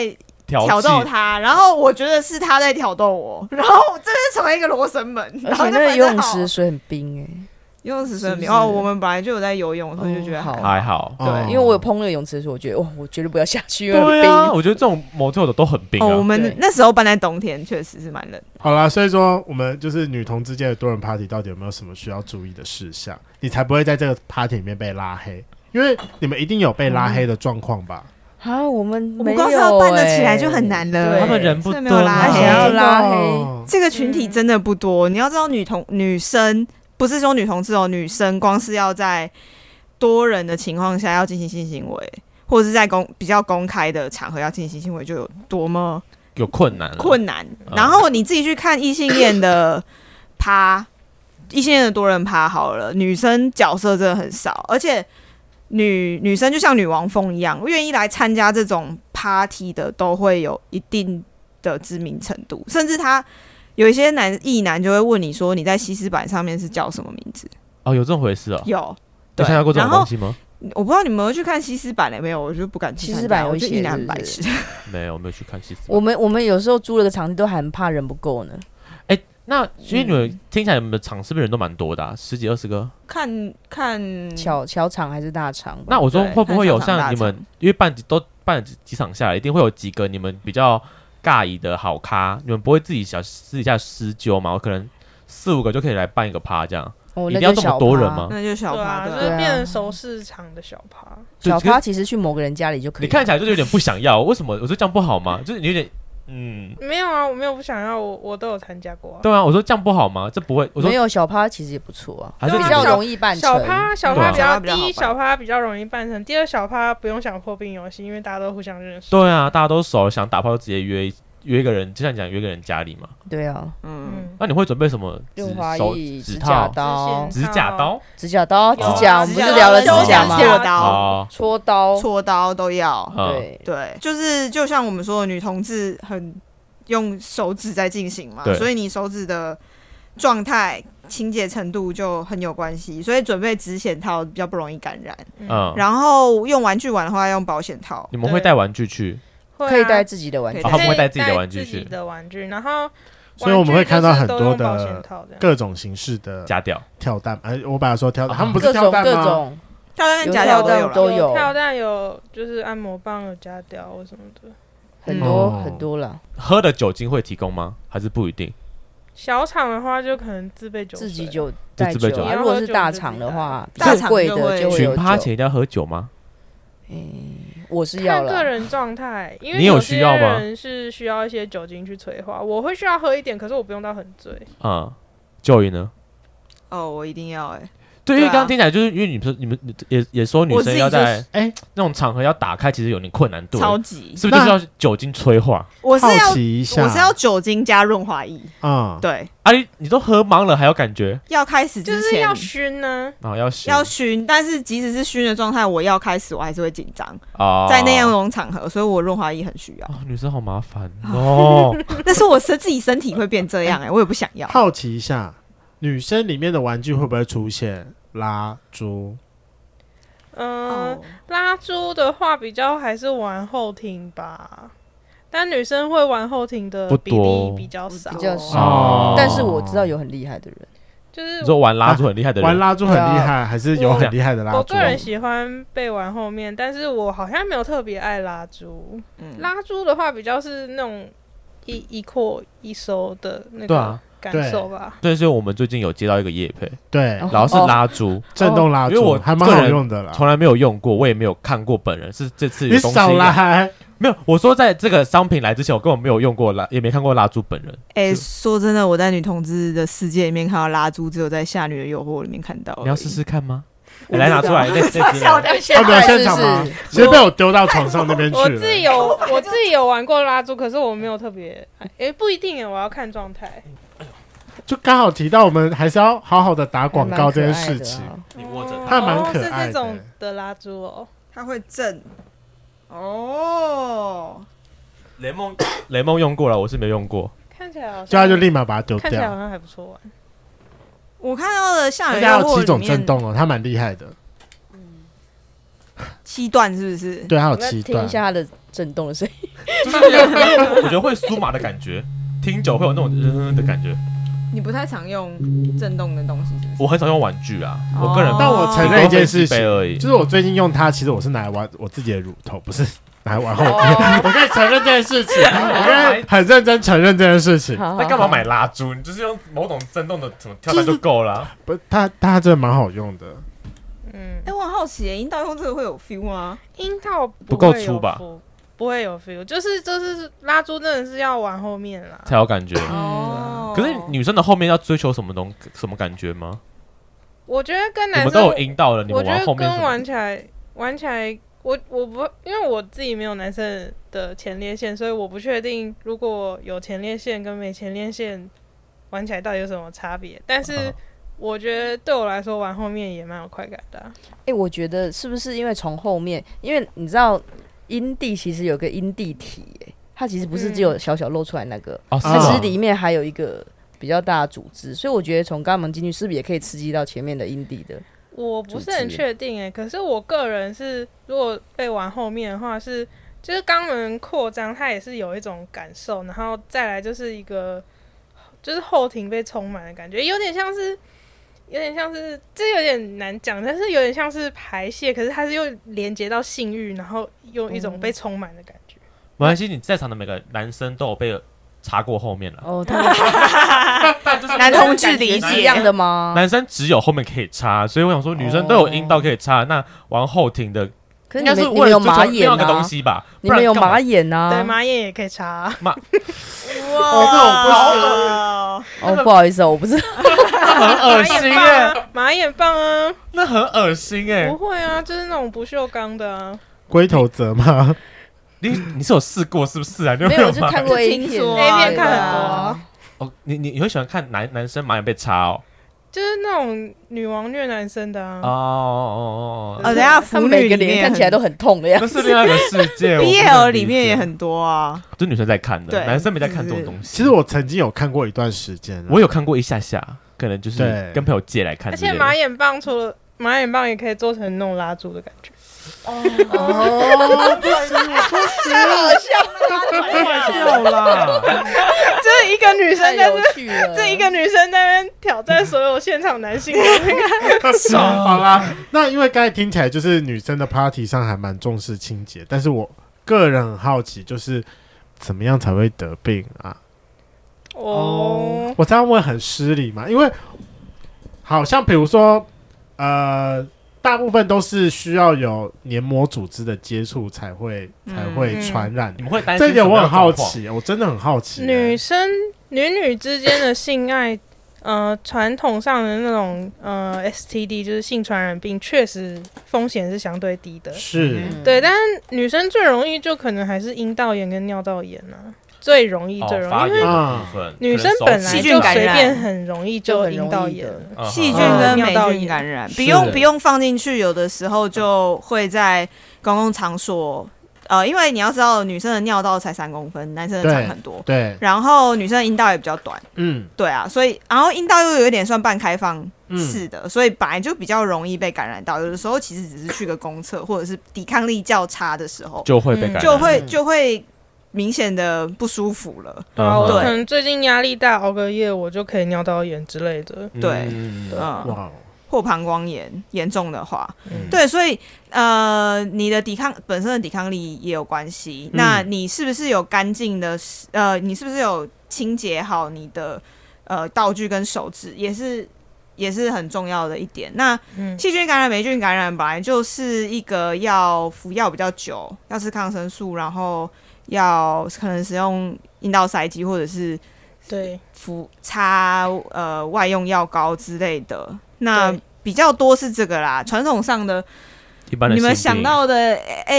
挑逗他，然后我觉得是他在挑逗我，然后我真的成为一个罗生门。 而且那个游泳池水很冰哎、欸。 游泳池水很冰哦，我们本来就有在游泳，所以就觉得还还好。 对，因为我有碰那个泳池的时候，我觉得哇，我绝对不要下去，因为很冰。 对啊，我觉得这种 motel 的都很冰啊。 哦，我们那时候搬在冬天，确实是蛮冷。 好啦，所以说我们就是女同之间的多人 party 到底有没有什么需要注意的事项，你才不会在这个 party 里面被拉黑？因为你们一定有被拉黑的状况吧？ 啊，我们没有、欸、 我们光是要办得起来就很难了。 他们人不多， 还想要拉黑， 这个群体真的不多。你要知道，女同女生。不是说女同志哦，女生光是要在多人的情况下要进行性行为，或者是在公比较公开的场合要进行性行为，就有多么有困难困难。嗯、然后你自己去看异性恋的趴，异性恋的多人趴好了，女生角色真的很少，而且女女生就像女王蜂一样，愿意来参加这种 party 的都会有一定的知名程度，甚至他。有一些男异男就会问你说你在西施版上面是叫什么名字？ 哦，有这种回事哦。 有， 有参加过这种东西吗？ 我不知道你们有去看西施版了没有？我就不敢去看。 西施版有一些异男白痴。 没有，没有去看西施版。 我们我们有时候租了个场地都还很怕人不够呢。 哎、欸，那所以你们、嗯、听起来你们的场是不是人都蛮多的、啊？十几二十个？ 看看小小场还是大场？ 那我说会不会有像你们，因为办都办几几场下来，一定会有几个你们比较。尬意的好咖，你们不会自己小私底下私揪吗？我可能四五个就可以来办一个趴，这样、哦、一定要这么多人吗？ 那就小趴， 对、啊，就是变成熟市场的小趴。 小趴其实去某个人家里就可以。 你看起来就是有点不想要，为什么？我说这样不好吗？就是你有点嗯， 没有啊，我没有不想要，我我都有参加过、啊。 对啊，我说这样不好吗？这不会，我说没有小趴其实也不错啊， 还是比较容易办成。 小趴小趴比较、 啊、 第一小趴比较容易办成，第二小趴不用想破冰游戏，因为大家都互相认识。 对啊，大家都熟，想打炮就直接约。约一个人，就像你讲约一个人家里嘛。 对啊， 嗯，那你会准备什么？ 润滑液、 指甲刀、 指甲刀、 指甲刀、指甲，我们不是聊了指甲吗？ 搓刀、 搓刀、 搓刀都要。 对对，就是就像我们说的，女同志很用手指在进行嘛，所以你手指的状态、清洁程度就很有关系。所以准备指险套比较不容易感染。嗯，然后用玩具玩的话，用保险套。 你们会带玩具去？ 可以带自己的玩具， 他们会带自己的玩具去。 自己的玩具，然后， 所以我们会看到很多的各种形式的夹吊、 跳蛋。哎，我本来说跳蛋，他们不是跳蛋吗？ 各种跳蛋跟夹吊都有， 都有跳蛋有，就是按摩棒有夹吊或什么的， 很多很多了。 喝的酒精会提供吗？还是不一定？ 小场的话就可能自备酒， 自己就带酒。如果是大场的话， 大场贵的就会有群趴前一定要喝酒吗？ 嗯，我是要看个人状态，因为有些人是需要一些酒精去催化，我会需要喝一点，可是我不用到很醉。 嗯 ，Joey 呢？ 哦，我一定要哎、欸。 对，因为刚刚听起来就是因为你们你们也也说女生要在哎、就是、那种场合要打开，其实有点困难度， 超级是不是就是要酒精催化？ 我是要好奇一下， 我是要酒精加润滑液。嗯，对。 啊，你你都喝茫了还有感觉？ 要开始之前就是要熏呢、 啊，哦，要熏要熏，但是即使是熏的状态，我要开始我还是会紧张哦，在那样种场合，所以我润滑液很需要。 哦，女生好麻烦哦。 但是我身自己身体会变这样哎、欸，我也不想要。 好奇一下，女生里面的玩具会不会出现？拉珠， 嗯、呃，oh. 拉珠的话比较还是玩后庭吧，但女生会玩后庭的比例比较少， 比较少。哦、但是我知道有很厉害的人， 就是你说玩拉珠很厉害的人， 玩拉珠很厉害，还是有很厉害的拉珠？ 我个人喜欢被玩后面，但是我好像没有特别爱拉珠。嗯、拉珠的话比较是那种一一扩一收的那个。 对啊。 感受吧， 对，所以我们最近有接到一个业配， 对， 然后是拉珠， 震动拉珠， 因为我还蛮好用的啦， 从来没有用过，我也没有看过本人，是这次有东西。 你少来， 没有，我说在这个商品来之前，我根本没有用过拉，也没看过拉珠本人。 哎、欸，说真的，我在女同志的世界里面看到拉珠，只有在《夏女的诱惑》里面看到。 你要试试看吗？欸、来拿出来，那那只小的现在现场吗？直接被我丢到床上那边去了。 我自己有，我自己有玩过拉珠，可是我没有特别，哎、欸，不一定哎，我要看状态。 就刚好提到我们还是要好好的打广告这件事情。 你握着它蛮可爱的， 是这种的拉珠哦， 它会震。哦， 雷梦雷梦用过了，我是没用过。 看起来好像， 就他就立马把它丢掉。 看起来好像还不错玩。 我看到的像有它有七种震动哦，它蛮厉害的。 嗯，七段是不是？ 对，它有七段。 听一下它的震动的声音。 就是我觉得会酥麻的感觉，听久会有那种嗯的感觉。 你不太常用震动的东西是不是？ 我很少用玩具啊，我个人。 但我承认一件事情而已， 就是我最近用它，其实我是拿来玩我自己的乳头，不是拿来玩后面。我可以承认这件事情，我可以很认真承认这件事情。 那干嘛买蜡烛？你就是用某种震动的什么跳蛋就够了。 不，它它真的蛮好用的。 嗯，哎，我很好奇，阴道用这个会有 feel 吗？ 阴道不够粗吧？ 不会有 feel， 就是就是蜡烛真的是要玩后面啦才有感觉。 哦， 可是女生的后面要追求什么东什么感觉吗？ 我觉得跟男生你们都有阴道了，你们玩后面我觉得跟玩起来玩起来，我我不因为我自己没有男生的前列腺，所以我不确定如果有前列腺跟没前列腺玩起来到底有什么差别。但是我觉得对我来说玩后面也蛮有快感的、啊。 哎、欸，我觉得是不是因为从后面，因为你知道。阴蒂其实有个阴蒂体、欸，它其实不是只有小小露出来那个，它、嗯、其实里面还有一个比较大的组织，所以我觉得从肛门进去是不是也可以刺激到前面的阴蒂的？ 我不是很确定哎、欸，可是我个人是，如果被玩后面的话是，就是肛门扩张，它也是有一种感受，然后再来就是一个就是后庭被充满的感觉，有点像是。有点像是，这有点难讲，但是有点像是排泄，可是它是又连接到性欲，然后用一种被充满的感觉。 没关系，你在场的每个男生都有被插过后面了。 哦，他就是男同志理解一样的吗？ 男生只有后面可以插，所以我想说，女生都有阴道可以插，那玩后庭的。 可是你们应该是为了马眼啊， 个东西吧？ 你们有马眼啊？ 对，马眼也可以插、啊。 马， 哇， 哦，这种不行。 哦，不好意思哦，我不知道。 很恶心耶， 马眼棒啊， 那很恶心哎。 不会啊，就是那种不锈钢的啊。 龟头泽吗？ 你你是有试过是不是啊？你有没有，我就看过 A 片 ，A 片看很多啊。 哦，你你你会喜欢看男男生马眼被插哦？ 就是那种女王虐男生的啊！ 哦哦哦哦！等一下， 他们每个脸看起来都很痛的样子。那是另外一个世界。 B L 里面也很多啊， 就女生在看的，男生没在看这种东西。 其实我曾经有看过一段时间， 我有看过一下下，可能就是跟朋友借来看。 而且马眼棒除了马眼棒也可以做成那种拉住的感觉。 哦，不行，不行，好笑掉啦！ 这一个女生在这，这一个女生在那边挑战所有现场男性的那个。 好啦，那因为刚才听起来就是女生的 party 上还蛮重视清洁，但是我个人很好奇，就是怎么样才会得病啊？哦，我这样问很失礼嘛？因为好像比如说，呃。大部分都是需要有黏膜组织的接触才会、嗯、才会传染。 你们会担心？ 这一点我很好奇，我真的很好奇。 女生女女之间的性爱，呃，传统上的那种呃 S T D 就是性传染病，确实风险是相对低的。 是， 对，但是女生最容易就可能还是阴道炎跟尿道炎啊。最容易最容易、哦、因为女生本来就随便很容易就阴道炎， 细菌跟霉菌感染，不用不用放进去，有的时候就会在公共场所，呃，因为你要知道女生的尿道才三公分，男生的长很多， 对， 然后女生的阴道也比较短， 嗯， 对啊，所以然后阴道又有一点算半开放式的、嗯，所以本来就比较容易被感染到，有的时候其实只是去个公厕或者是抵抗力较差的时候， 就会被感染， 就会就会。明显的不舒服了， 对啊，我可能最近压力大，熬个夜，我就可以尿道炎之类的， 对，嗯，嗯或膀胱炎严重的话，嗯、对，所以呃，你的抵抗本身的抵抗力也有关系。嗯、那你是不是有干净的？呃，你是不是有清洁好你的呃道具跟手指，也是也是很重要的一点。那细菌感染、霉菌感染本来就是一个要服药比较久，要吃抗生素，然后。要可能使用阴道塞剂或者是对服擦呃外用药膏之类的，那比较多是这个啦。传统上的， 一般的你们想到的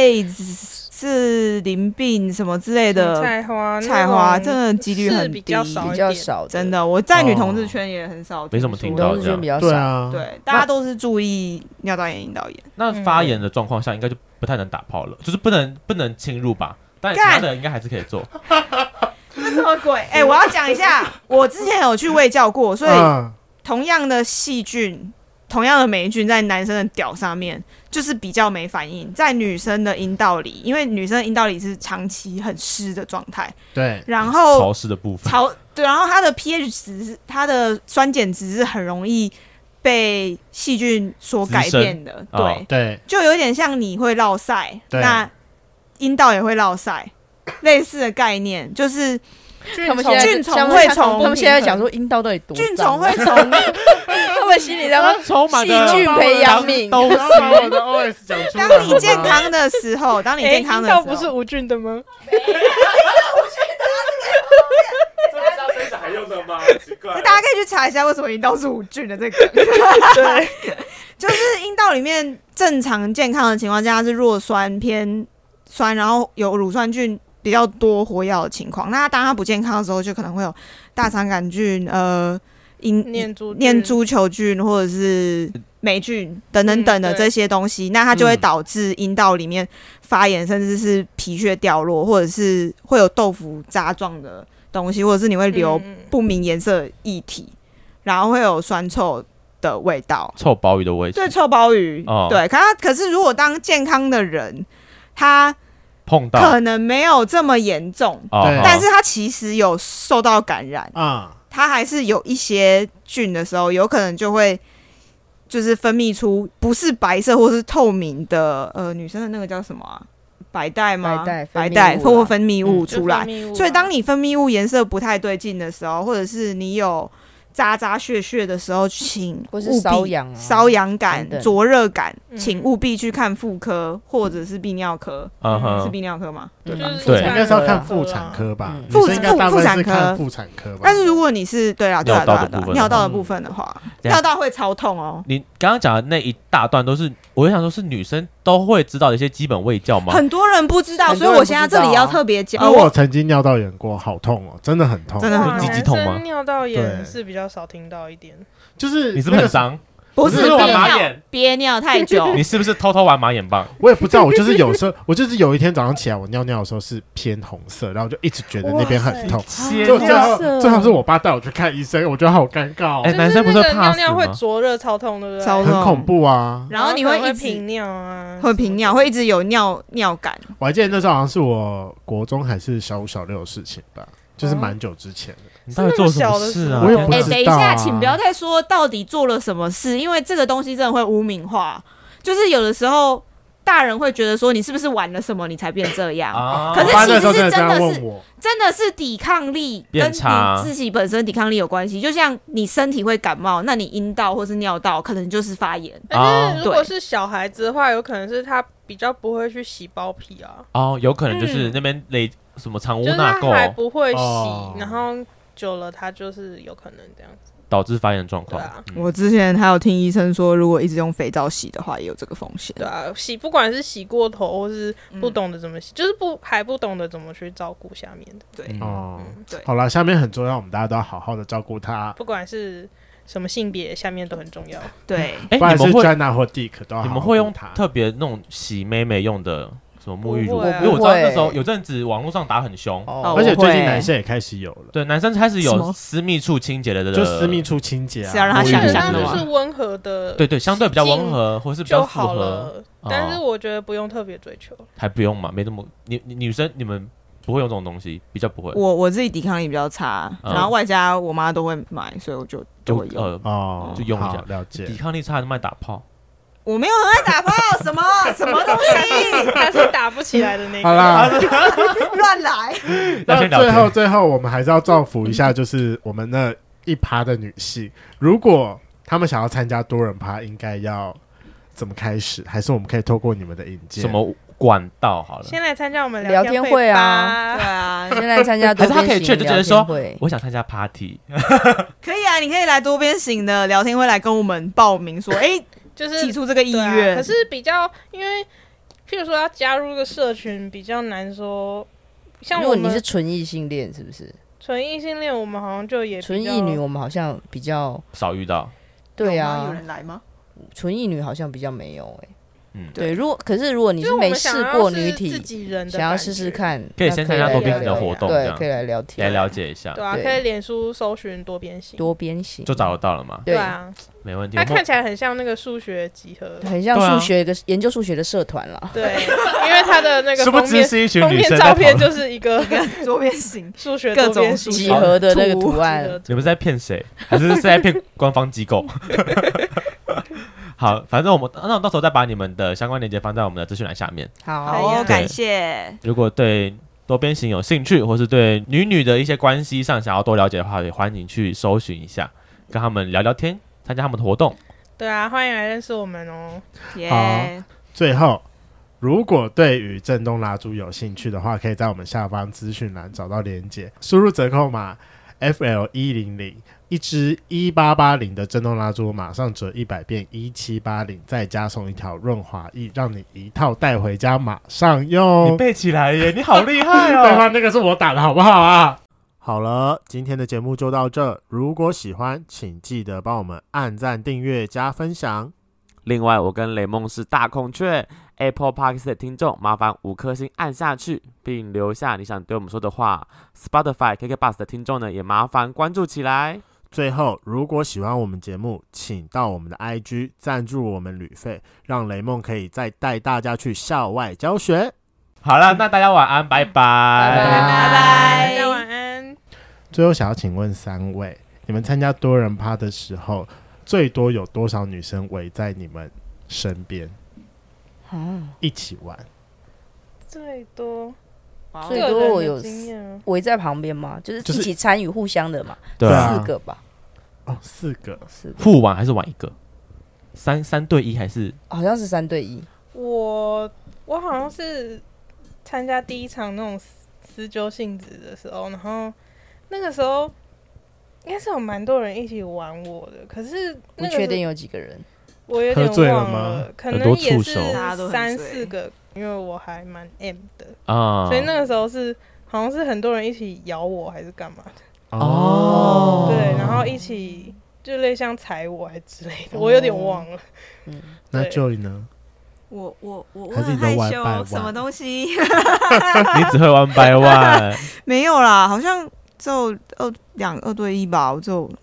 AIDS 是淋病什么之类的， 菜花菜花真的几率很低， 比较少， 比较少， 真的。我在女同志圈也很少， 没什么听到这样， 比较少，对啊， 对，大家都是注意尿道炎、阴道炎。 那发炎的状况下，应该就不太能打炮了，就是不能不能侵入吧？但其他的应该还是可以做。 这什么鬼？哎、欸，我要讲一下，我之前有去卫教过，所以同样的细菌， 同样的霉菌在男生的屌上面就是比较没反应，在女生的阴道里，因为女生的阴道里是长期很湿的状态， 对， 然后潮湿的部分， 潮对，然后它的 pH 值，它的酸碱值是很容易被细菌所改变的，对、 哦、 对， 就有点像你会落晒，那阴道也会落晒，类似的概念，就是他们现在菌虫会从他们现在讲说阴道到底多脏， 菌虫会从他们心里在充满细菌培养皿， 都是我的 O S 讲出来。 当你健康的时候，当你健康的时候， 阴道不是无菌的吗？ 这是还用的吗？奇怪， 大家可以去查一下为什么阴道是无菌的这个。对，就是阴道里面正常健康的情况下它是弱酸偏酸，然后有乳酸菌比较多活跃的情况。那当它不健康的时候，就可能会有大肠杆菌、呃念珠念珠球菌或者是霉菌等等等的这些东西，嗯、那它就会导致阴道里面发炎，甚至是皮屑掉落，或者是会有豆腐渣状的东西，或者是你会流不明颜色的液体，嗯、然后会有酸臭的味道， 臭鲍鱼的味道， 对，臭鲍鱼，哦、对。可他可是如果当健康的人，他碰到可能没有这么严重， 哦、 但是他其实有受到感染啊。它还是有一些菌的时候，有可能就会就是分泌出不是白色或是透明的，呃，女生的那个叫什么啊？白带吗？ 白带， 白带或分泌物出来。 嗯、 所以当你分泌物颜色不太对劲的时候，或者是你有渣渣屑屑的时候，请或是瘙痒、 瘙痒感、灼热感， 嗯、 请务必去看妇科或者是泌尿科。 嗯、 是泌尿科吗？ 对， 对，应该是要看妇产科吧。 妇妇妇产科，妇产科吧。 但是如果你是对啊，对啊，对啊，尿道的部分的话， 嗯、 尿道会超痛哦。 你刚刚讲的那一大段都是，我就想说，是女生都会知道的一些基本卫教吗？ 很多人不知道，所以我现在这里要特别讲。 因为我曾经尿道炎过，好痛哦，真的很痛， 真的很鸡鸡痛吗？ 尿道炎是比较少听到一点， 就是你是不是很脏？ 不是玩马眼， 憋尿太久。 你是不是偷偷玩马眼棒？ 我也不知道，我就是有时候，我就是有一天早上起来，我尿尿的时候是偏红色，然后就一直觉得那边很痛。就最后最后是我爸带我去看医生，我觉得好尴尬。 哎，男生不是怕尿尿会灼热、超痛，对不对？ 超很恐怖啊！ 然后你会会频尿啊， 会频尿，会一直有尿尿感。 我还记得那时候好像是我国中还是小五小六的事情吧，就是蛮久之前的。 你到底做什么事啊？ 我也不知道。哎， 等一下，请不要再说到底做了什么事，因为这个东西真的会污名化。就是有的时候大人会觉得说你是不是玩了什么，你才变这样。 啊、 可是其实是真的是我真的是抵抗力跟你自己本身抵抗力有关系。就像你身体会感冒，那你阴道或是尿道可能就是发炎。 但是如果是小孩子的话，有可能是他比较不会去洗包皮啊。 哦，有可能就是那边累什么藏污纳垢， 就是他还不会洗， 哦、 然后久了他就是有可能这样子。 导致发炎状况、 啊嗯。我之前还有听医生说，如果一直用肥皂洗的话，也有这个风险。 对啊，洗不管是洗过头，或是不懂得怎么洗，嗯、就是不还不懂得怎么去照顾下面的。 对， 嗯、哦， 嗯、对。 好啦，下面很重要，我们大家都要好好的照顾它。 不管是什么性别，下面都很重要。 对， 哎、 不管是 Jenna 或 Dick 都要好好。 你们会用特别那种洗妹妹用的？什么沐浴乳？ 啊、 因为我知道那时候有阵子网络上打很凶、 哦，而且最近男生也开始有了。 对，男生开始有私密处清洁的， 就私密处清洁啊， 是要让他想象的就是温和的， 对对，相对比较温和，或是比较符合。 但是我觉得不用特别追求， 还不用嘛，没那么你你女生你们不会用这种东西，比较不会。 我我自己抵抗力比较差，嗯、然后外加我妈都会买，所以我就就会用呃哦， 就用一下。 了解， 抵抗力差还是卖打炮。 我没有很爱打炮，什么什么东西？ 他是打不起来的那个。 好啦， 乱来。 那最后最后，我们还是要造福一下，就是我们那一趴的女性，如果他们想要参加多人趴，应该要怎么开始？还是我们可以透过你们的引荐？ 什么管道？好了， 先来参加我们聊天会啊， 对啊， 先来参加多边形聊天会。 还是他可以去，就觉得说，我想参加 party。 可以啊，你可以来多边形的聊天会来跟我们报名，说，哎。就是提出这个意愿、 啊，可是比较因为，譬如说要加入一个社群比较难说。像我们如果你是纯异性恋，是不是？ 纯异性恋，我们好像就也纯异女，我们好像比较少遇到。 对啊， 有人来吗？ 纯异女好像比较没有哎、欸。 嗯，对。如果可是如果你是没试过女体，想要试试看， 可以先参加多边形的活动， 对，可以来聊天， 来了解一下。 对啊，可以脸书搜寻多边形， 多边形就找得到了嘛？ 对啊， 没问题。 它看起来很像那个数学集合， 很像数学一个研究数学的社团啦。 对，因为它的那个封面封面照片就是一个多边形数学各种几何的那个图案。 你们是在骗谁？还是是在骗官方机构？好，反正我们那我到时候再把你们的相关链接放在我们的资讯栏下面。 好，感谢。 如果对多边形有兴趣，或是对女女的一些关系上想要多了解的话，也欢迎去搜寻一下，跟他们聊聊天，参加他们的活动。 对啊，欢迎来认识我们哦。 耶、 yeah ！最后，如果对于震动蜡烛有兴趣的话，可以在我们下方资讯栏找到连结，输入折扣码 F L 一零零。一支一八八零的震动蜡烛马上折一百变一七八零，再加送一条润滑液，让你一套带回家马上用。 你背起来耶，你好厉害哦！ 对啊，那个是我打的好不好啊？好了，今天的节目就到这。如果喜欢，请记得帮我们按赞、订阅、加分享。 另外，我跟雷梦是大孔雀 Apple Podcast 的听众，麻烦五颗星按下去，并留下你想对我们说的话。Spotify、K K B O X 的听众呢，也麻烦关注起来。 最后，如果喜欢我们节目，请到我们的 I G 赞助我们旅费，让雷梦可以再带大家去校外教学。 好了，那大家晚安，拜拜， 拜拜，拜拜，大家晚安。 最后，想要请问三位，你们参加多人趴的时候，最多有多少女生围在你们身边，嗯、一起玩？ 最多。 最多我有围在旁边嘛，就是一起参与互相的嘛， 对啊， 四个吧。 哦，四个， 四个互玩还是玩一个？三三对一还是？ 好像是三对一。 我我好像是参加第一场那种私揪性质的时候，然后那个时候应该是有蛮多人一起玩我的，可是不确定有几个人， 我有点喝醉了忘吗？ 可能也是三四个。因为我还蛮 M 的啊，所以那个时候是好像是很多人一起咬我还是干嘛的哦， 对，然后一起就类像踩我还之类的，我有点忘了。 嗯，那 Joy 呢？ 我我我我很害羞，什么东西？ 你只会玩百万？ 没有啦，好像只有二两二对一吧，我只有